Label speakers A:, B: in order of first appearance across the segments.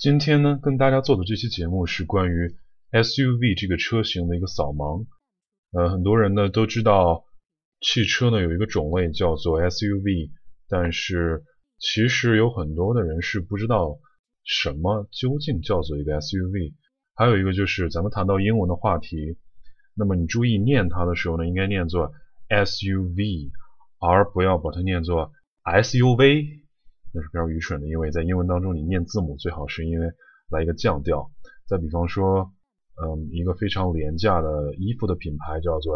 A: 今天呢，跟大家做的这期节目是关于 SUV 这个车型的一个扫盲。很多人呢都知道汽车呢有一个种类叫做 SUV， 但是其实有很多的人是不知道什么究竟叫做一个 SUV。还有一个就是咱们谈到英文的话题，那么你注意念它的时候呢，应该念作 SUV， 而不要把它念作 SUV。那是非常愚蠢的，因为在英文当中你念字母最好是因为来一个降调。再比方说一个非常廉价的衣服的品牌叫做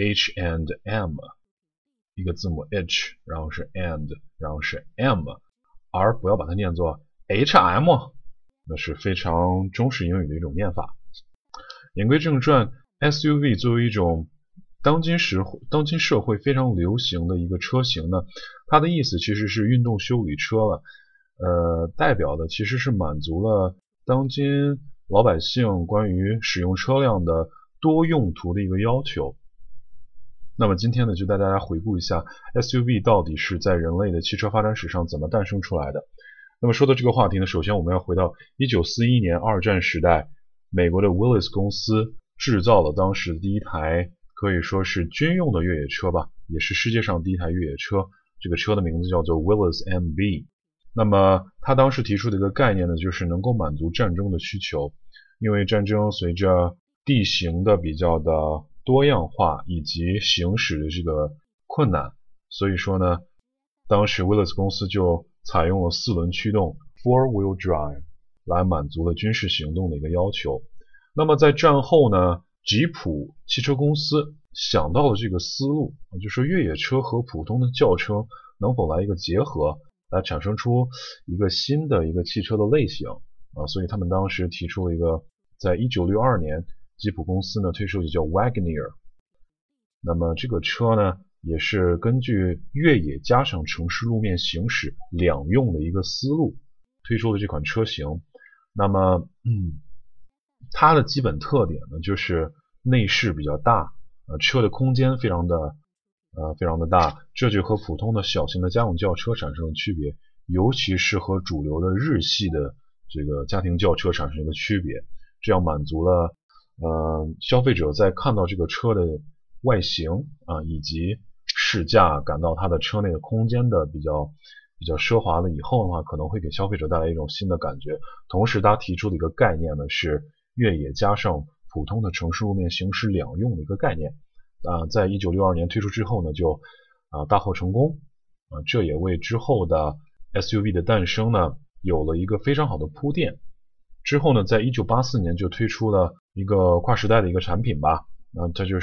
A: H&M， 一个字母 H， 然后是 and， 然后是 M， 而不要把它念作 HM， 那是非常中式英语的一种念法。言归正传， SUV 作为一种当今社会非常流行的一个车型呢，它的意思其实是运动休旅车了，代表的其实是满足了当今老百姓关于使用车辆的多用途的一个要求。那么今天呢，就带大家回顾一下 SUV 到底是在人类的汽车发展史上怎么诞生出来的。那么说到这个话题呢，首先我们要回到1941年二战时代，美国的 Willys 公司制造了当时的第一台可以说是军用的越野车吧，也是世界上第一台越野车。这个车的名字叫做 Willys MV。 那么他当时提出的一个概念呢，就是能够满足战争的需求。因为战争随着地形的比较的多样化以及行驶的这个困难，所以说呢，当时 Willys 公司就采用了4轮驱动 4-wheel drive 来满足了军事行动的一个要求。那么在战后呢，吉普汽车公司想到了这个思路，就是越野车和普通的轿车能否来一个结合，来产生出一个新的一个汽车的类型所以他们当时提出了一个，在1962年吉普公司呢推出的叫 Wagoneer。 那么这个车呢也是根据越野加上城市路面行驶两用的一个思路推出的这款车型。那么它的基本特点呢就是内饰比较大，车的空间非常的大，这就和普通的小型的家用轿车产生了区别，尤其是和主流的日系的这个家庭轿车产生一个区别。这样满足了消费者在看到这个车的外形以及试驾感到它的车内的空间的比较奢华了以后的话，可能会给消费者带来一种新的感觉。同时他提出的一个概念呢是越野加上普通的城市路面行驶两用的一个概念。在1962年推出之后呢，就大获成功这也为之后的 SUV 的诞生呢有了一个非常好的铺垫。之后呢，在1984年就推出了一个跨时代的一个产品吧，它就是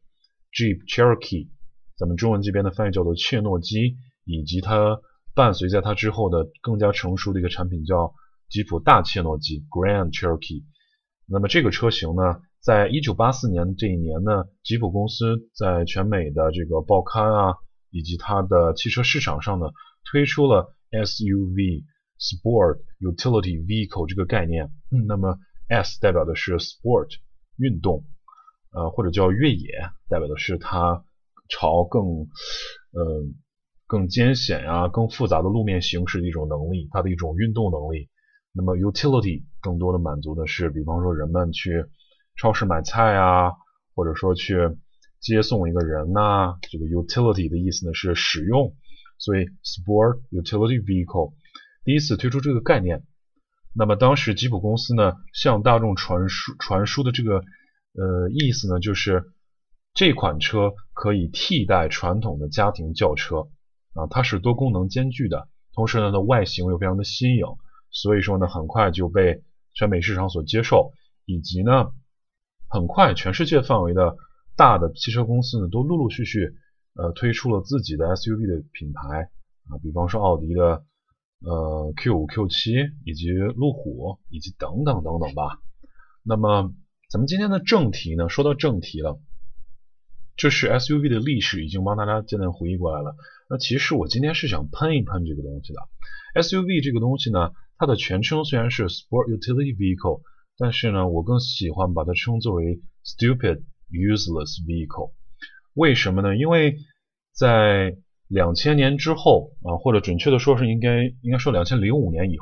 A: Jeep Cherokee， 咱们中文这边的翻译叫做切诺基，以及它伴随在它之后的更加成熟的一个产品叫吉普大切诺基 Grand Cherokee。 那么这个车型呢，在1984年这一年呢，吉普公司在全美的这个报刊以及它的汽车市场上呢，推出了 SUV Sport Utility Vehicle 这个概念。那么 S 代表的是 Sport 运动，或者叫越野，代表的是它朝更艰险更复杂的路面行驶的一种能力，它的一种运动能力。那么 Utility 更多的满足的是，比方说人们去超市买菜或者说去接送一个人这个 Utility 的意思呢是使用，所以 Sport Utility Vehicle第一次推出这个概念。那么当时吉普公司呢向大众传输的这个意思呢，就是这款车可以替代传统的家庭轿车它是多功能兼具的，同时呢它的外形又非常的新颖，所以说呢很快就被全美市场所接受，以及呢很快全世界范围的大的汽车公司呢都陆陆续续推出了自己的 SUV 的品牌比方说奥迪的Q5 Q7 以及路虎以及等等等等吧。那么咱们今天的正题呢，说到正题了，这是 SUV 的历史已经帮大家渐渐回忆过来了。那其实我今天是想喷一喷这个东西的。SUV 这个东西呢，它的全称虽然是 Sport Utility Vehicle， 但是呢我更喜欢把它称作为 Stupid Useless Vehicle。 为什么呢？因为在2000年之后或者准确的说是应该说2005年以后，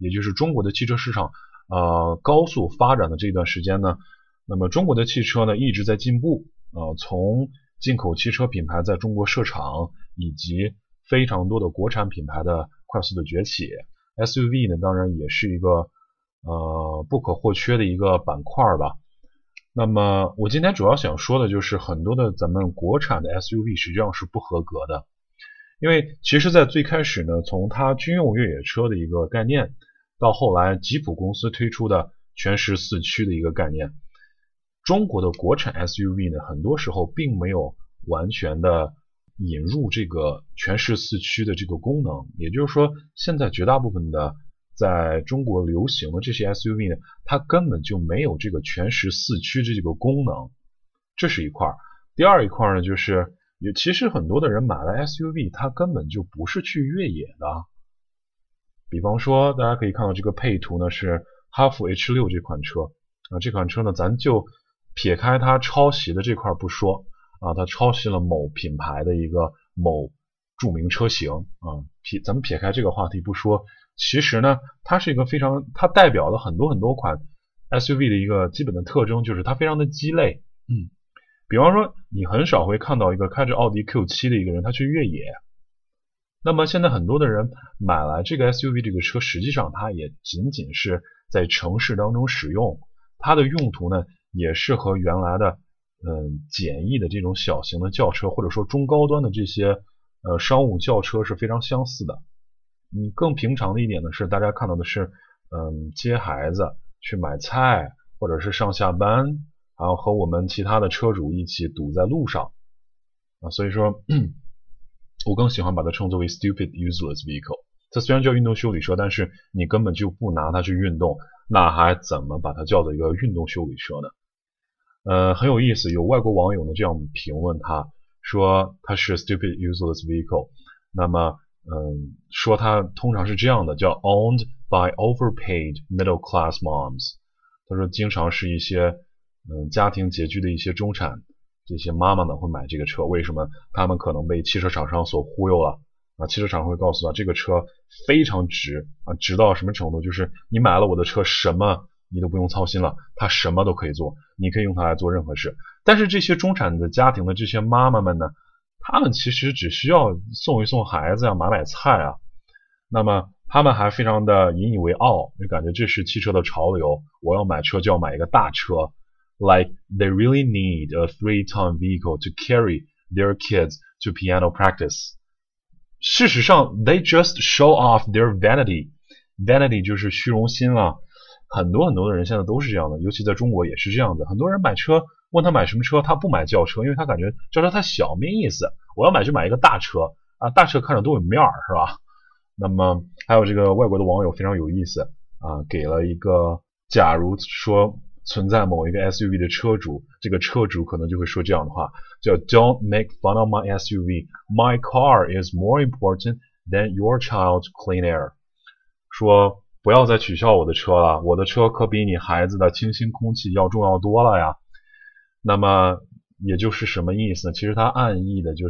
A: 也就是中国的汽车市场高速发展的这段时间呢，那么中国的汽车呢一直在进步，从进口汽车品牌在中国设厂，以及非常多的国产品牌的快速的崛起。SUV 呢，当然也是一个不可或缺的一个板块吧。那么我今天主要想说的就是很多的咱们国产的 SUV 实际上是不合格的，因为其实在最开始呢，从它军用越野车的一个概念，到后来吉普公司推出的全时四驱的一个概念，中国的国产 SUV 呢，很多时候并没有完全的引入这个全时四驱的这个功能，也就是说，现在绝大部分的在中国流行的这些 SUV 呢，它根本就没有这个全时四驱这个功能，这是一块。第二一块呢，就是其实很多的人买了 SUV， 它根本就不是去越野的。比方说，大家可以看到这个配图呢是哈弗 H6 这款车这款车呢，咱就撇开它抄袭的这块不说它抄袭了某品牌的一个某著名车型咱们撇开这个话题不说，其实呢，它是一个它代表了很多款 SUV 的一个基本的特征，就是它非常的鸡肋。比方说，你很少会看到一个开着奥迪 Q7 的一个人他去越野。那么现在很多的人买来这个 SUV 这个车，实际上它也仅仅是在城市当中使用，它的用途呢也是和原来的简易的这种小型的轿车，或者说中高端的这些商务轿车是非常相似的。更平常的一点呢是，大家看到的是接孩子去买菜，或者是上下班，然后和我们其他的车主一起堵在路上所以说我更喜欢把它称作为 stupid useless vehicle。 它虽然叫运动修理车，但是你根本就不拿它去运动，那还怎么把它叫做一个运动修理车呢？很有意思，有外国网友呢这样评论它，说它是 stupid useless vehicle。那么说它通常是这样的，叫 owned by overpaid middle class moms。 他说经常是一些家庭拮据的一些中产这些妈妈们会买这个车，为什么？他们可能被汽车厂商所忽悠了汽车厂商会告诉他这个车非常值值到什么程度，就是你买了我的车，什么你都不用操心了，它什么都可以做，你可以用它来做任何事。但是这些中产的家庭的这些妈妈们呢，他们其实只需要送一送孩子买菜那么他们还非常的引以为傲，就感觉这是汽车的潮流，我要买车就要买一个大车。Like they really need a 3-ton vehicle to carry their kids to piano practice. 事实上 they just show off their vanity. Vanity 就是虚荣心很多的人现在都是这样的，尤其在中国也是这样的。很多人买车，问他买什么车，他不买轿车，因为他感觉轿车太小没意思，我要买就买一个大车大车看着都有面儿，是吧？那么还有这个外国的网友非常有意思给了一个，假如说存在某一个 SUV 的车主，这个车主可能就会说这样的话，叫 Don't make fun of my SUV. My car is more important than your child's clean air. 说不要再取笑我的车了，我的车可比你孩子的清新空气要重要多了呀。那么也就是什么意思呢？其实它暗义的就是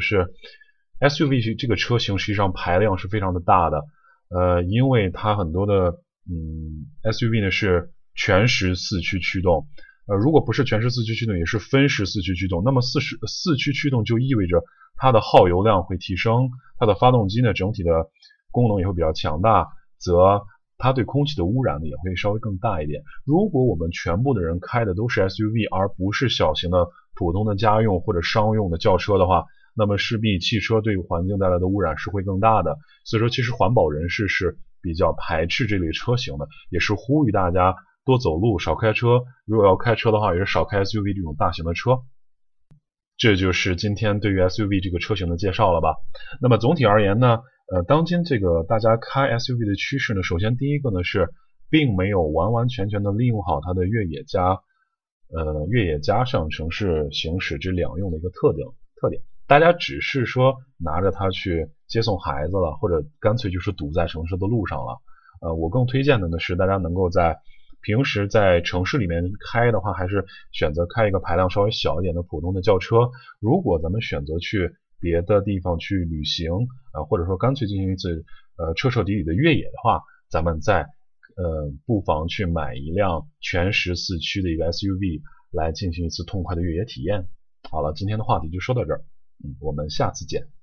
A: SUV 这个车型实际上排量是非常的大的因为它很多的SUV 呢是全时四驱驱动如果不是全时四驱驱动，也是分时四驱驱动。那么四驱驱动就意味着它的耗油量会提升，它的发动机呢整体的功能也会比较强大，则它对空气的污染呢也会稍微更大一点。如果我们全部的人开的都是 SUV 而不是小型的普通的家用或者商用的轿车的话，那么势必汽车对环境带来的污染是会更大的。所以说其实环保人士是比较排斥这类车型的，也是呼吁大家多走路少开车，如果要开车的话也是少开 SUV 这种大型的车。这就是今天对于 SUV 这个车型的介绍了吧。那么总体而言呢当今这个大家开 SUV 的趋势呢，首先第一个呢是并没有完完全全的利用好它的越野加上城市行驶这两用的一个特点，大家只是说拿着它去接送孩子了，或者干脆就是堵在城市的路上了我更推荐的呢是大家能够在平时在城市里面开的话，还是选择开一个排量稍微小一点的普通的轿车。如果咱们选择去别的地方去旅行或者说干脆进行一次彻彻底底的越野的话，咱们再不妨去买一辆全时四驱的一个 SUV 来进行一次痛快的越野体验。好了，今天的话题就说到这儿，我们下次见。